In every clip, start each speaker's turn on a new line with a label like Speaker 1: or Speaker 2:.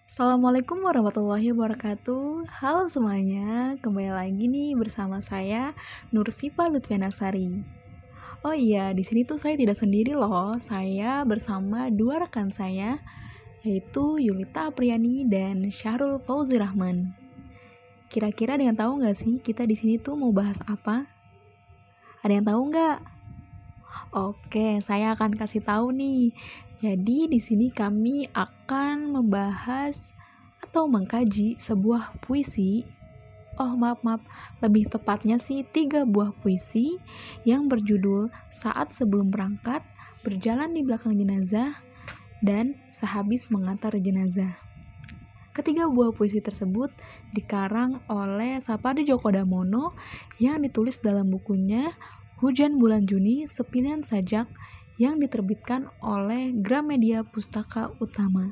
Speaker 1: Assalamualaikum warahmatullahi wabarakatuh. Halo semuanya, kembali lagi nih bersama saya Nursifa Lutfianasari. Oh iya, di sini tuh saya tidak sendiri loh. Saya bersama dua rekan saya, yaitu Yulita Apriani dan Syahrul Fauzi Rahman. Kira-kira ada yang tahu nggak sih kita di sini tuh mau bahas apa? Ada yang tahu nggak? Oke, saya akan kasih tahu nih. Jadi di sini kami akan membahas atau mengkaji sebuah puisi. Maaf, lebih tepatnya sih 3 buah puisi yang berjudul Saat Sebelum Berangkat, Berjalan di Belakang Jenazah, dan Sehabis Mengantar Jenazah. Ketiga buah puisi tersebut dikarang oleh Sapadi Djoko Damono yang ditulis dalam bukunya Hujan Bulan Juni Sepilihan Sajak yang diterbitkan oleh Gramedia Pustaka Utama.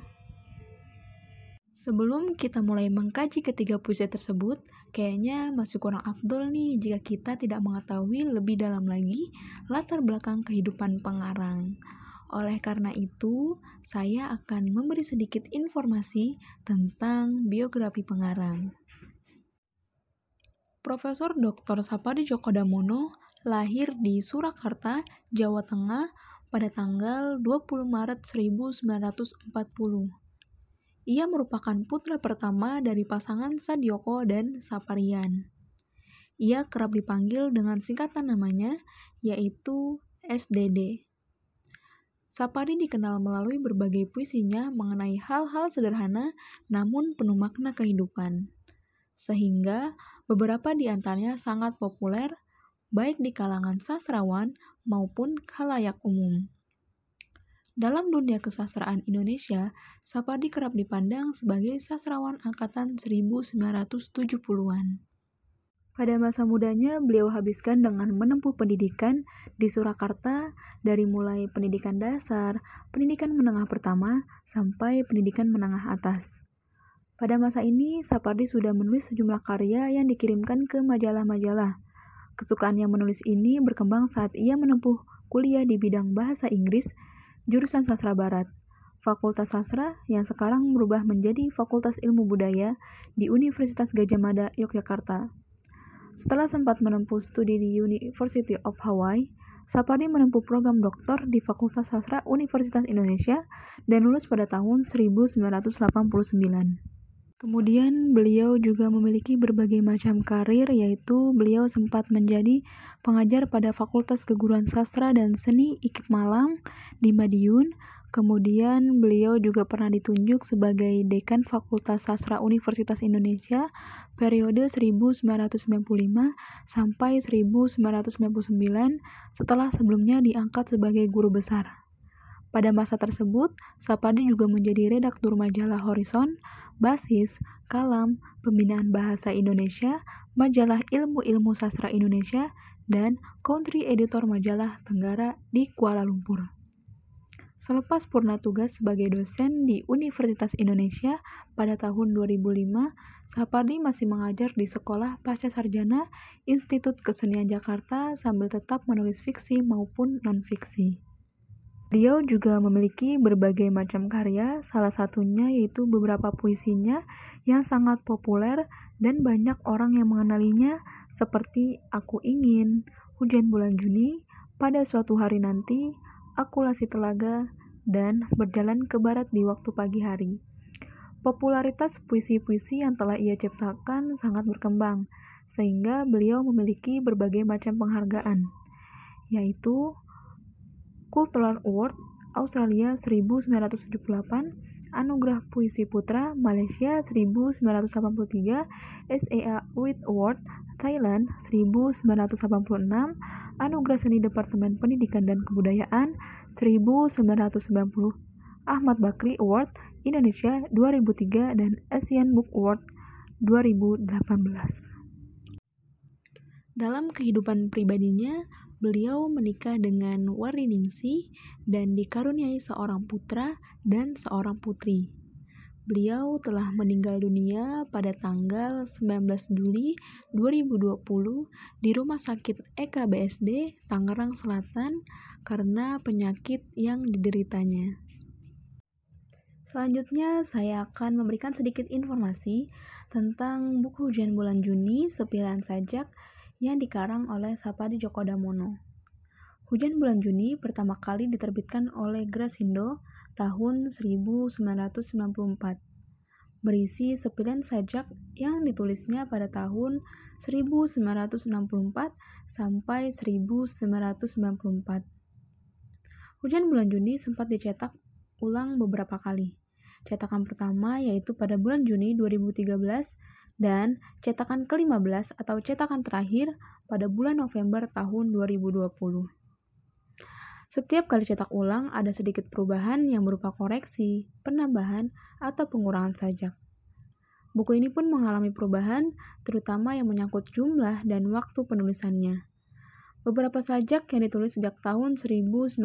Speaker 1: Sebelum kita mulai mengkaji ketiga puisi tersebut, kayaknya masih kurang afdol nih jika kita tidak mengetahui lebih dalam lagi latar belakang kehidupan pengarang. Oleh karena itu, saya akan memberi sedikit informasi tentang biografi pengarang. Profesor Dr. Sapadi Djoko Damono lahir di Surakarta, Jawa Tengah pada tanggal 20 Maret 1940. Ia merupakan putra pertama dari pasangan Sadyoko dan Saparian. Ia kerap dipanggil dengan singkatan namanya, yaitu SDD. Sapadi dikenal melalui berbagai puisinya mengenai hal-hal sederhana namun penuh makna kehidupan. Sehingga beberapa di antaranya sangat populer baik di kalangan sastrawan maupun khalayak umum. Dalam dunia kesastraan Indonesia, Sapadi kerap dipandang sebagai sastrawan angkatan 1970-an. Pada masa mudanya, beliau habiskan dengan menempuh pendidikan di Surakarta dari mulai pendidikan dasar, pendidikan menengah pertama, sampai pendidikan menengah atas. Pada masa ini, Sapadi sudah menulis sejumlah karya yang dikirimkan ke majalah-majalah. Kesukaannya menulis ini berkembang saat ia menempuh kuliah di bidang bahasa Inggris, jurusan Sastra Barat, Fakultas Sastra yang sekarang berubah menjadi Fakultas Ilmu Budaya di Universitas Gadjah Mada, Yogyakarta. Setelah sempat menempuh studi di University of Hawaii, Sapadi menempuh program doktor di Fakultas Sastra Universitas Indonesia dan lulus pada tahun 1989. Kemudian beliau juga memiliki berbagai macam karir, yaitu beliau sempat menjadi pengajar pada Fakultas Keguruan Sastra dan Seni IKIP Malang di Madiun. Kemudian beliau juga pernah ditunjuk sebagai Dekan Fakultas Sastra Universitas Indonesia periode 1995 sampai 1999 setelah sebelumnya diangkat sebagai guru besar. Pada masa tersebut, Sapadi juga menjadi redaktur majalah Horizon, Basis, Kalam, Pembinaan Bahasa Indonesia, Majalah Ilmu-Ilmu Sastra Indonesia, dan Country Editor Majalah Tenggara di Kuala Lumpur. Selepas purna tugas sebagai dosen di Universitas Indonesia pada tahun 2005, Sapadi masih mengajar di Sekolah Pasca Sarjana Institut Kesenian Jakarta sambil tetap menulis fiksi maupun non-fiksi. Beliau juga memiliki berbagai macam karya, salah satunya yaitu beberapa puisinya yang sangat populer dan banyak orang yang mengenalinya seperti Aku Ingin, Hujan Bulan Juni, Pada Suatu Hari Nanti, Akulasi Telaga, dan Berjalan ke Barat di Waktu Pagi Hari. Popularitas puisi-puisi yang telah ia ciptakan sangat berkembang, sehingga beliau memiliki berbagai macam penghargaan, yaitu Cultural Award Australia 1978, Anugerah Puisi Putra Malaysia 1983, SEA Writ Award Thailand 1986, Anugerah Seni Departemen Pendidikan dan Kebudayaan 1990, Ahmad Bakri Award Indonesia 2003, dan Asian Book Award 2018. Dalam kehidupan pribadinya, beliau menikah dengan Wardiningsih dan dikaruniai seorang putra dan seorang putri. Beliau telah meninggal dunia pada tanggal 19 Juli 2020 di Rumah Sakit EKBSD, Tangerang Selatan karena penyakit yang dideritanya. Selanjutnya, saya akan memberikan sedikit informasi tentang buku Hujan Bulan Juni, Sepilihan Sajak yang dikarang oleh Sapadi Djoko Damono. Hujan Bulan Juni pertama kali diterbitkan oleh Grasindo tahun 1994. Berisi sepilihan sajak yang ditulisnya pada tahun 1964 sampai 1994. Hujan Bulan Juni sempat dicetak ulang beberapa kali. Cetakan pertama yaitu pada bulan Juni 2013 dan cetakan ke-15 atau cetakan terakhir pada bulan November tahun 2020. Setiap kali cetak ulang ada sedikit perubahan yang berupa koreksi, penambahan, atau pengurangan sajak. Buku ini pun mengalami perubahan, terutama yang menyangkut jumlah dan waktu penulisannya. Beberapa sajak yang ditulis sejak tahun 1959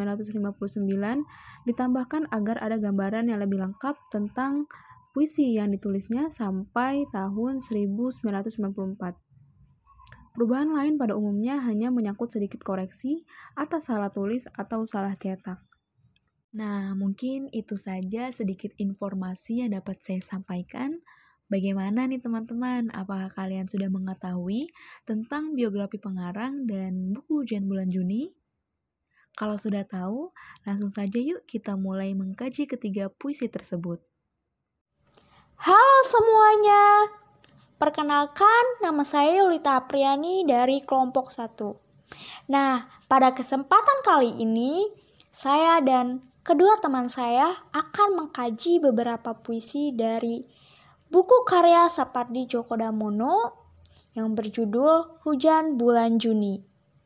Speaker 1: ditambahkan agar ada gambaran yang lebih lengkap tentang puisi yang ditulisnya sampai tahun 1994. Perubahan lain pada umumnya hanya menyangkut sedikit koreksi atas salah tulis atau salah cetak. Nah, mungkin itu saja sedikit informasi yang dapat saya sampaikan. Bagaimana nih teman-teman? Apakah kalian sudah mengetahui tentang biografi pengarang dan buku Hujan Bulan Juni? Kalau sudah tahu, langsung saja yuk kita mulai mengkaji ketiga puisi tersebut.
Speaker 2: Halo semuanya, perkenalkan nama saya Yulita Apriani dari kelompok 1. Nah, pada kesempatan kali ini, saya dan kedua teman saya akan mengkaji beberapa puisi dari buku karya Sapadi Djoko Damono yang berjudul Hujan Bulan Juni.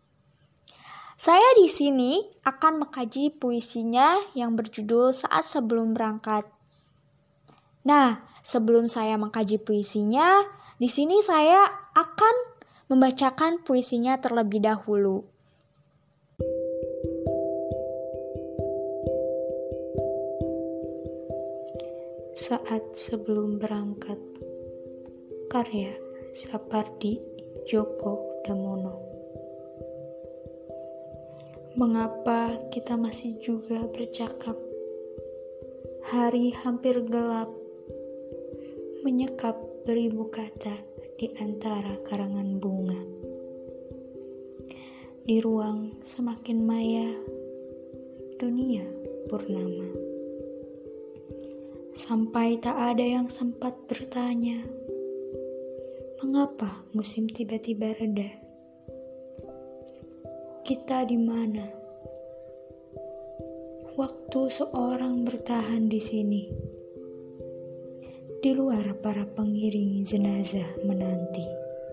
Speaker 2: Saya di sini akan mengkaji puisinya yang berjudul Saat Sebelum Berangkat. Nah, sebelum saya mengkaji puisinya, di sini saya akan membacakan puisinya terlebih dahulu. Saat Sebelum Berangkat, karya Sapadi Djoko Damono. Mengapa kita masih juga bercakap? Hari hampir gelap, menyekap beribu kata di antara karangan bunga. Di ruang semakin maya, dunia purnama. Sampai tak ada yang sempat bertanya, mengapa musim tiba-tiba reda? Kita di mana? Waktu seorang bertahan di sini. Di luar para pengiring jenazah menanti.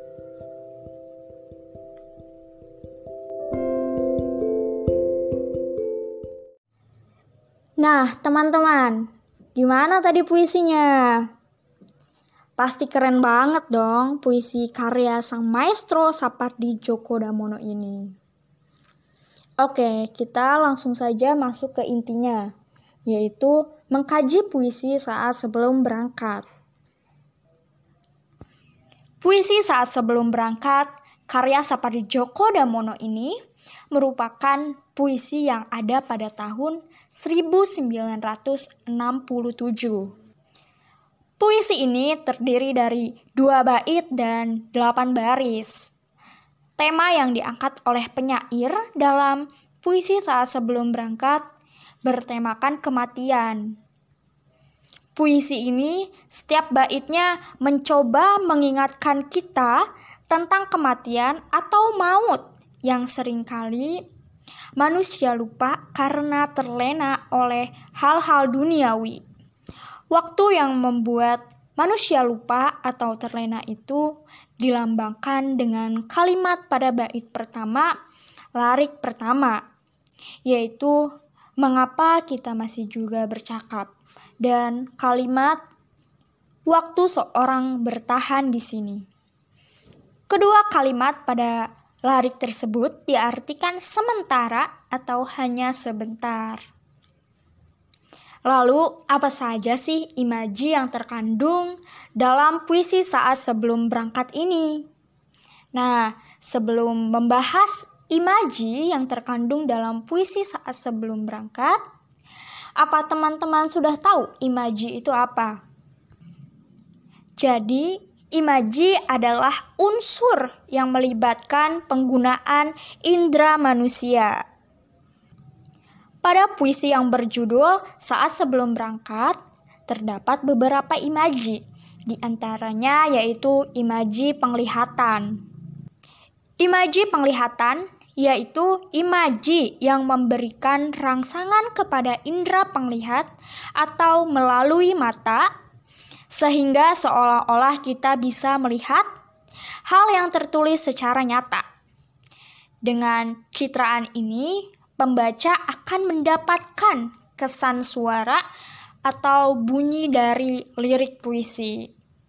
Speaker 2: Nah, teman-teman, gimana tadi puisinya? Pasti keren banget dong puisi karya sang maestro Sapadi Djoko Damono ini. Oke, kita langsung saja masuk ke intinya, yaitu mengkaji puisi saat sebelum berangkat. Puisi Saat Sebelum Berangkat, karya Sapadi Djoko Damono ini merupakan puisi yang ada pada tahun 1967. Puisi ini terdiri dari 2 bait dan 8 baris. Tema yang diangkat oleh penyair dalam puisi Saat Sebelum Berangkat bertemakan kematian. Puisi ini setiap baitnya mencoba mengingatkan kita tentang kematian atau maut yang seringkali manusia lupa karena terlena oleh hal-hal duniawi. Waktu yang membuat manusia lupa atau terlena itu dilambangkan dengan kalimat pada bait pertama, larik pertama, yaitu mengapa kita masih juga bercakap, dan kalimat waktu seorang bertahan di sini. Kedua kalimat pada larik tersebut diartikan sementara atau hanya sebentar. Lalu, apa saja sih imaji yang terkandung dalam puisi Saat Sebelum Berangkat ini? Nah, sebelum membahas imaji yang terkandung dalam puisi Saat Sebelum Berangkat, Apa teman-teman sudah tahu imaji itu apa? Jadi, imaji adalah unsur yang melibatkan penggunaan indera manusia. Pada puisi yang berjudul Saat Sebelum Berangkat, terdapat beberapa imaji. Di antaranya yaitu imaji penglihatan. Imaji penglihatan yaitu imaji yang memberikan rangsangan kepada indera penglihat atau melalui mata, sehingga seolah-olah kita bisa melihat hal yang tertulis secara nyata. Dengan citraan ini, pembaca akan mendapatkan kesan suara atau bunyi dari lirik puisi.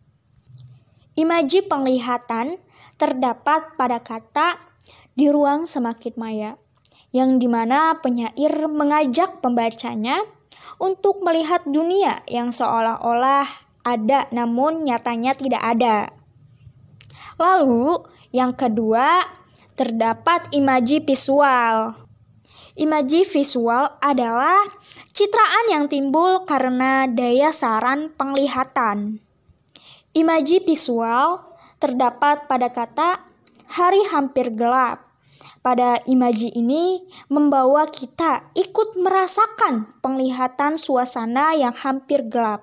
Speaker 2: Imaji penglihatan terdapat pada kata di ruang semakin maya, yang dimana penyair mengajak pembacanya untuk melihat dunia yang seolah-olah ada namun nyatanya tidak ada. Lalu yang kedua terdapat imaji visual. Imaji visual adalah citraan yang timbul karena daya saran penglihatan. Imaji visual terdapat pada kata hari hampir gelap. Pada imaji ini membawa kita ikut merasakan penglihatan suasana yang hampir gelap.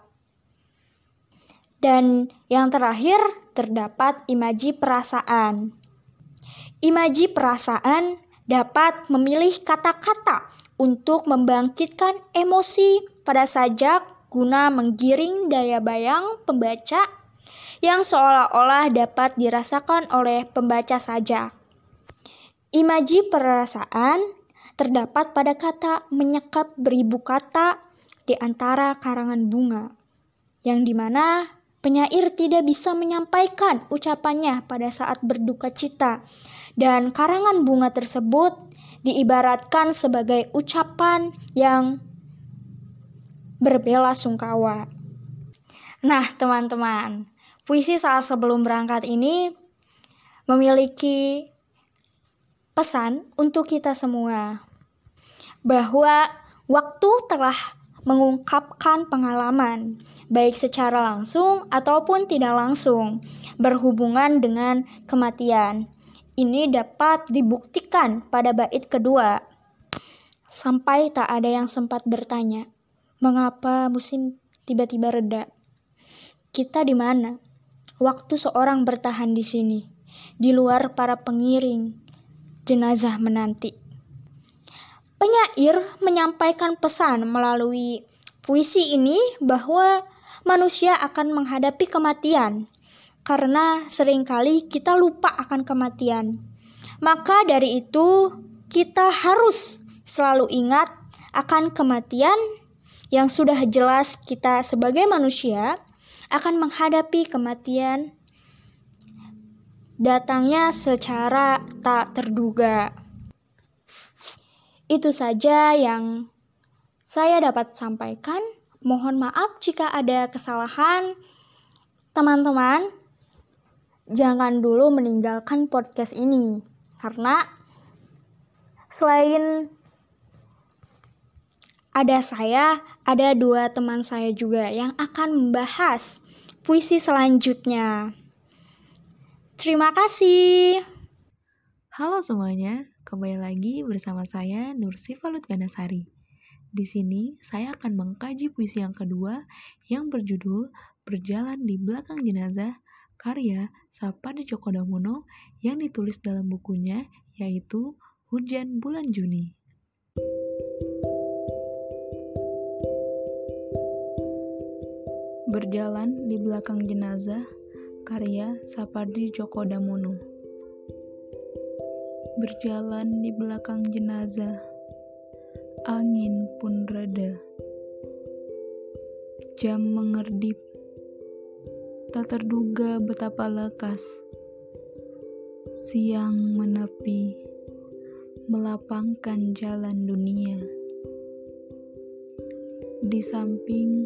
Speaker 2: Dan yang terakhir terdapat imaji perasaan. Imaji perasaan dapat memilih kata-kata untuk membangkitkan emosi pada sajak guna menggiring daya bayang pembaca yang seolah-olah dapat dirasakan oleh pembaca sajak. Imaji perasaan terdapat pada kata menyekap beribu kata di antara karangan bunga, yang dimana penyair tidak bisa menyampaikan ucapannya pada saat berduka cita, dan karangan bunga tersebut diibaratkan sebagai ucapan yang berbela-sungkawa. Nah, teman-teman, puisi Saat Sebelum Berangkat ini memiliki pesan untuk kita semua, bahwa waktu telah mengungkapkan pengalaman, baik secara langsung ataupun tidak langsung, berhubungan dengan kematian. Ini dapat dibuktikan pada bait kedua. Sampai tak ada yang sempat bertanya, mengapa musim tiba-tiba reda? Kita di mana? Waktu seorang bertahan di sini, di luar para pengiring jenazah menanti. Penyair menyampaikan pesan melalui puisi ini bahwa manusia akan menghadapi kematian, karena seringkali kita lupa akan kematian. Maka dari itu, kita harus selalu ingat akan kematian yang sudah jelas kita sebagai manusia akan menghadapi kematian datangnya secara tak terduga. Itu saja yang saya dapat sampaikan. Mohon maaf jika ada kesalahan. Teman-teman, jangan dulu meninggalkan podcast ini, karena selain ada saya, ada dua teman saya juga yang akan membahas puisi selanjutnya. Terima kasih.
Speaker 1: Halo semuanya, kembali lagi bersama saya Nursifa Lutfianasari. Di sini saya akan mengkaji puisi yang kedua yang berjudul Berjalan di Belakang Jenazah karya Sapardi Djoko Damono yang ditulis dalam bukunya yaitu Hujan Bulan Juni. Berjalan di Belakang Jenazah karya Sapardi Djoko Damono. Berjalan di belakang jenazah, angin pun reda. Jam mengerdip, tak terduga betapa lekas. Siang menepi, melapangkan jalan dunia. Di samping,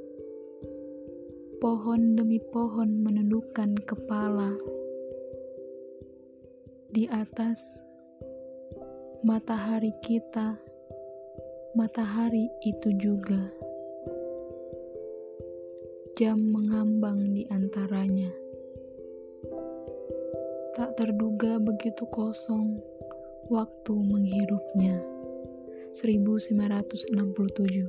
Speaker 1: pohon demi pohon menundukkan kepala. Di atas, matahari kita matahari itu juga. Jam mengambang di antaranya. Tak terduga begitu kosong waktu menghirupnya. 1967.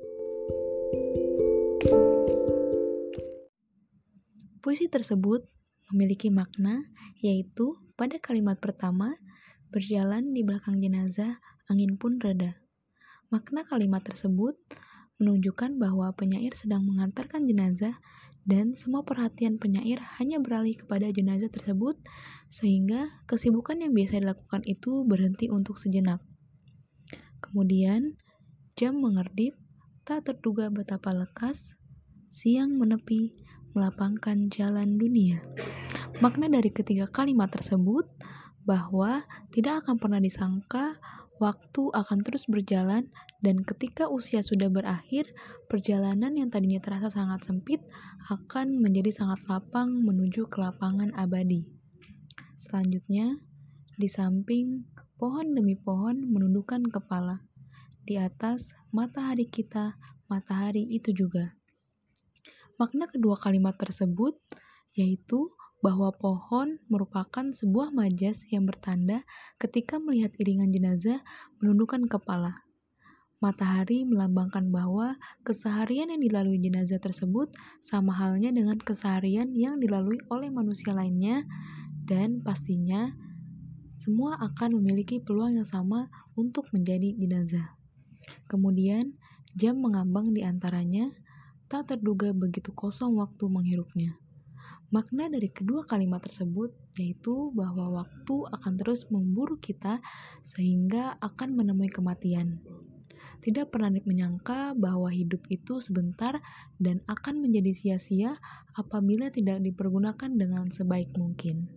Speaker 1: Puisi tersebut memiliki makna, yaitu pada kalimat pertama, berjalan di belakang jenazah, angin pun reda. Makna kalimat tersebut menunjukkan bahwa penyair sedang mengantarkan jenazah dan semua perhatian penyair hanya beralih kepada jenazah tersebut sehingga kesibukan yang biasa dilakukan itu berhenti untuk sejenak. Kemudian, jam mengerdip, tak terduga betapa lekas, siang menepi, melapangkan jalan dunia. Makna dari ketiga kalimat tersebut bahwa tidak akan pernah disangka waktu akan terus berjalan dan ketika usia sudah berakhir, perjalanan yang tadinya terasa sangat sempit akan menjadi sangat lapang menuju ke lapangan abadi. Selanjutnya, di samping pohon demi pohon menundukkan kepala. Di atas matahari kita, matahari itu juga. Makna kedua kalimat tersebut yaitu bahwa pohon merupakan sebuah majas yang bertanda ketika melihat iringan jenazah menundukkan kepala. Matahari melambangkan bahwa keseharian yang dilalui jenazah tersebut sama halnya dengan keseharian yang dilalui oleh manusia lainnya dan pastinya semua akan memiliki peluang yang sama untuk menjadi jenazah. Kemudian, jam mengambang di antaranya, tak terduga begitu kosong waktu menghirupnya. Makna dari kedua kalimat tersebut yaitu bahwa waktu akan terus memburu kita sehingga akan menemui kematian. Tidak pernah menyangka bahwa hidup itu sebentar dan akan menjadi sia-sia apabila tidak dipergunakan dengan sebaik mungkin.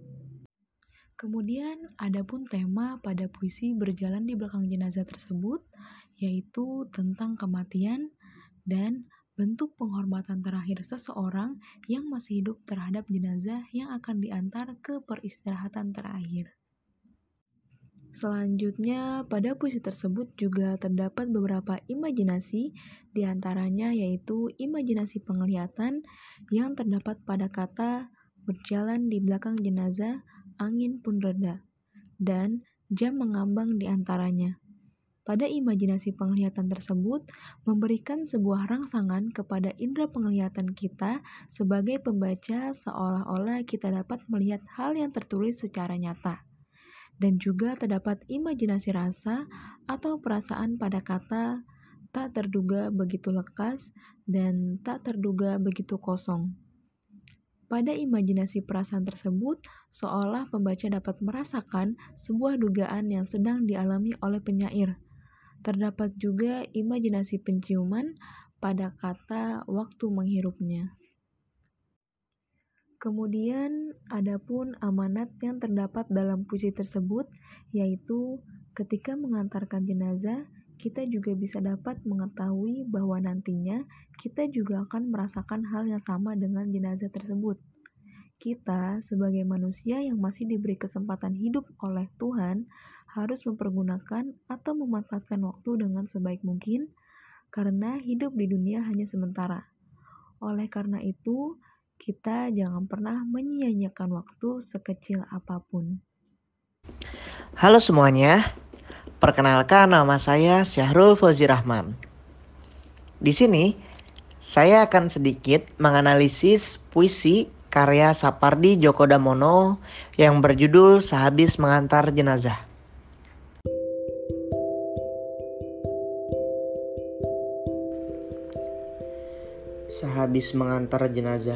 Speaker 1: Kemudian ada pun tema pada puisi berjalan di belakang jenazah tersebut yaitu tentang kematian dan bentuk penghormatan terakhir seseorang yang masih hidup terhadap jenazah yang akan diantar ke peristirahatan terakhir. Selanjutnya, pada puisi tersebut juga terdapat beberapa imajinasi, diantaranya yaitu imajinasi penglihatan yang terdapat pada kata berjalan di belakang jenazah, angin pun reda, dan jam mengambang di antaranya. Pada imajinasi penglihatan tersebut memberikan sebuah rangsangan kepada indera penglihatan kita sebagai pembaca seolah-olah kita dapat melihat hal yang tertulis secara nyata. Dan juga terdapat imajinasi rasa atau perasaan pada kata tak terduga begitu lekas dan tak terduga begitu kosong. Pada imajinasi perasaan tersebut, seolah pembaca dapat merasakan sebuah dugaan yang sedang dialami oleh penyair. Terdapat juga imajinasi penciuman pada kata waktu menghirupnya. Kemudian ada pun amanat yang terdapat dalam puisi tersebut, yaitu ketika mengantarkan jenazah, kita juga bisa dapat mengetahui bahwa nantinya kita juga akan merasakan hal yang sama dengan jenazah tersebut. Kita sebagai manusia yang masih diberi kesempatan hidup oleh Tuhan harus mempergunakan atau memanfaatkan waktu dengan sebaik mungkin karena hidup di dunia hanya sementara. Oleh karena itu, kita jangan pernah menyia-nyiakan waktu sekecil apapun.
Speaker 3: Halo semuanya, perkenalkan nama saya Syahrul Fauzi Rahman. Di sini, saya akan sedikit menganalisis puisi karya Sapardi Djoko Damono yang berjudul Sehabis Mengantar Jenazah. Sehabis Mengantar Jenazah,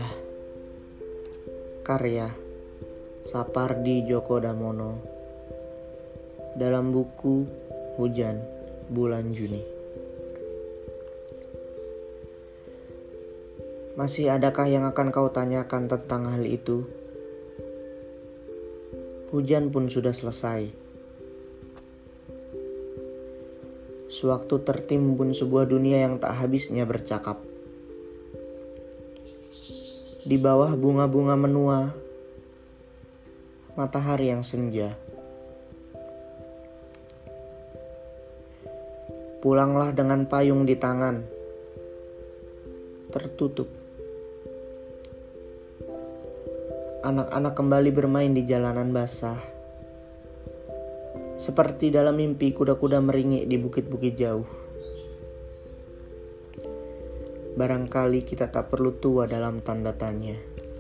Speaker 3: karya Sapardi Djoko Damono, dalam buku Hujan Bulan Juni. Masih adakah yang akan kau tanyakan tentang hal itu? Hujan pun sudah selesai. Sewaktu tertimbun sebuah dunia yang tak habisnya bercakap. Di bawah bunga-bunga menua, matahari yang senja. Pulanglah dengan payung di tangan, tertutup. Anak-anak kembali bermain di jalanan basah. Seperti dalam mimpi, kuda-kuda meringik di bukit-bukit jauh. Barangkali kita tak perlu tua dalam tanda tanya.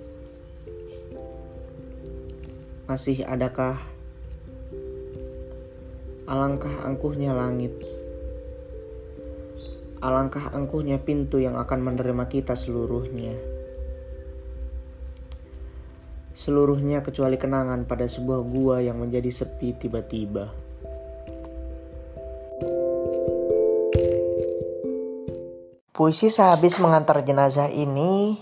Speaker 3: Masih adakah? Alangkah angkuhnya langit. Alangkah angkuhnya pintu yang akan menerima kita seluruhnya. Seluruhnya kecuali kenangan pada sebuah gua yang menjadi sepi tiba-tiba. Puisi Sehabis Mengantar Jenazah ini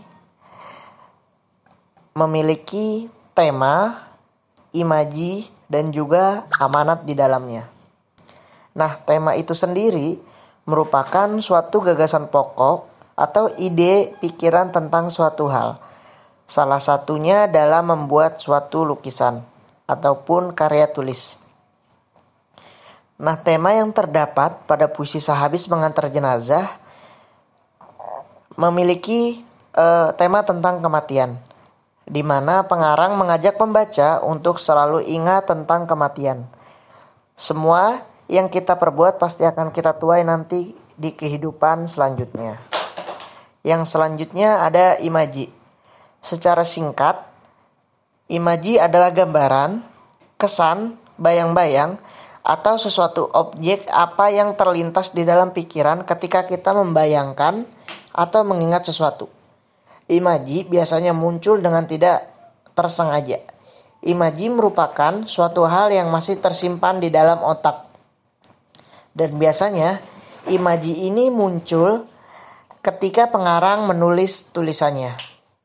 Speaker 3: memiliki tema, imaji, dan juga amanat di dalamnya. Nah, tema itu sendiri merupakan suatu gagasan pokok atau ide pikiran tentang suatu hal. Salah satunya dalam membuat suatu lukisan ataupun karya tulis. Nah, tema yang terdapat pada puisi Sehabis Mengantar Jenazah memiliki tema tentang kematian, di mana pengarang mengajak pembaca untuk selalu ingat tentang kematian. Semua yang kita perbuat pasti akan kita tuai nanti di kehidupan selanjutnya. Yang selanjutnya ada imaji. Secara singkat, imaji adalah gambaran, kesan, bayang-bayang, atau sesuatu objek apa yang terlintas di dalam pikiran ketika kita membayangkan atau mengingat sesuatu. Imaji biasanya muncul dengan tidak tersengaja. Imaji merupakan suatu hal yang masih tersimpan di dalam otak. Dan biasanya imaji ini muncul ketika pengarang menulis tulisannya.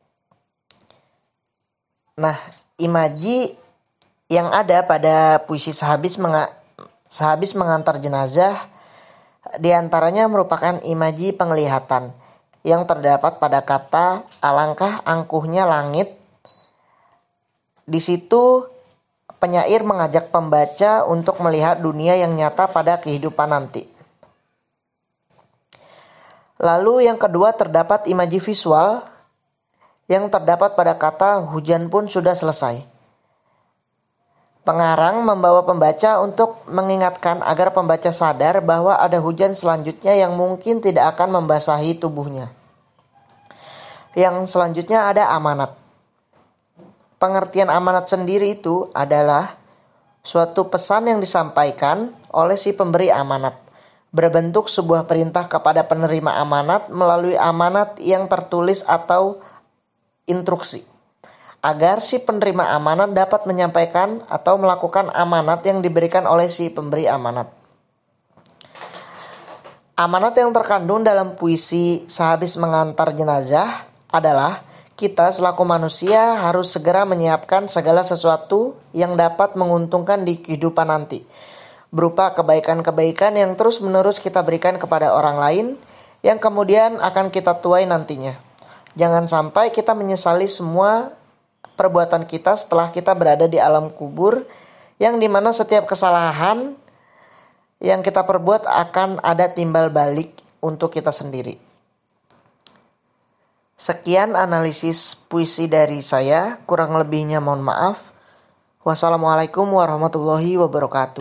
Speaker 3: Nah, imaji yang ada pada puisi Sehabis Mengantar Jenazah diantaranya merupakan imaji penglihatan yang terdapat pada kata alangkah angkuhnya langit. Di situ penyair mengajak pembaca untuk melihat dunia yang nyata pada kehidupan nanti. Lalu yang kedua terdapat imaji visual yang terdapat pada kata hujan pun sudah selesai. Pengarang membawa pembaca untuk mengingatkan agar pembaca sadar bahwa ada hujan selanjutnya yang mungkin tidak akan membasahi tubuhnya. Yang selanjutnya ada amanat. Pengertian amanat sendiri itu adalah suatu pesan yang disampaikan oleh si pemberi amanat, berbentuk sebuah perintah kepada penerima amanat melalui amanat yang tertulis atau instruksi, agar si penerima amanat dapat menyampaikan atau melakukan amanat yang diberikan oleh si pemberi amanat. Amanat yang terkandung dalam puisi Sehabis Mengantar Jenazah adalah kita selaku manusia harus segera menyiapkan segala sesuatu yang dapat menguntungkan di kehidupan nanti, berupa kebaikan-kebaikan yang terus-menerus kita berikan kepada orang lain yang kemudian akan kita tuai nantinya. Jangan sampai kita menyesali semua perbuatan kita setelah kita berada di alam kubur, yang dimana setiap kesalahan yang kita perbuat akan ada timbal balik untuk kita sendiri. Sekian analisis puisi dari saya, kurang lebihnya mohon maaf. Wassalamualaikum warahmatullahi wabarakatuh.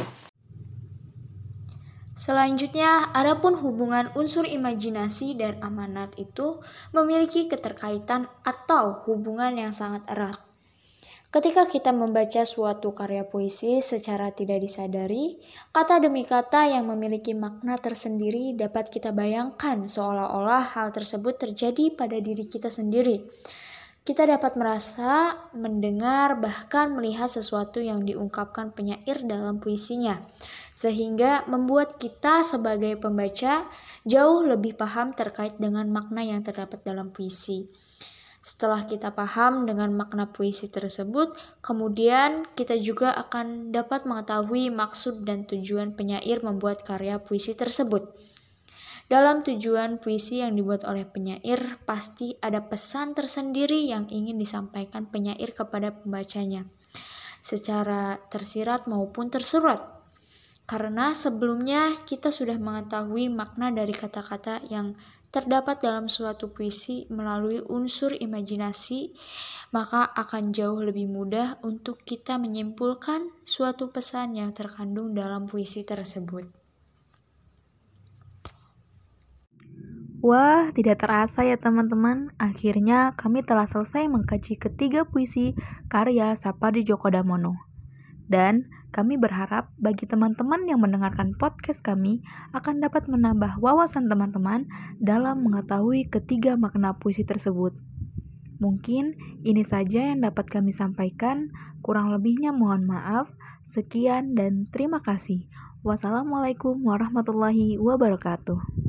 Speaker 2: Selanjutnya, adapun hubungan unsur imajinasi dan amanat itu memiliki keterkaitan atau hubungan yang sangat erat. Ketika kita membaca suatu karya puisi secara tidak disadari, kata demi kata yang memiliki makna tersendiri dapat kita bayangkan seolah-olah hal tersebut terjadi pada diri kita sendiri. Kita dapat merasa, mendengar, bahkan melihat sesuatu yang diungkapkan penyair dalam puisinya, sehingga membuat kita sebagai pembaca jauh lebih paham terkait dengan makna yang terdapat dalam puisi. Setelah kita paham dengan makna puisi tersebut, kemudian kita juga akan dapat mengetahui maksud dan tujuan penyair membuat karya puisi tersebut. Dalam tujuan puisi yang dibuat oleh penyair, pasti ada pesan tersendiri yang ingin disampaikan penyair kepada pembacanya, secara tersirat maupun tersurat. Karena sebelumnya kita sudah mengetahui makna dari kata-kata yang terdapat dalam suatu puisi melalui unsur imajinasi, maka akan jauh lebih mudah untuk kita menyimpulkan suatu pesan yang terkandung dalam puisi tersebut.
Speaker 1: Wah, tidak terasa ya teman-teman, akhirnya kami telah selesai mengkaji ketiga puisi karya Sapardi Djoko Damono. Dan kami berharap bagi teman-teman yang mendengarkan podcast kami akan dapat menambah wawasan teman-teman dalam mengetahui ketiga makna puisi tersebut. Mungkin ini saja yang dapat kami sampaikan, kurang lebihnya mohon maaf. Sekian dan terima kasih. Wassalamualaikum warahmatullahi wabarakatuh.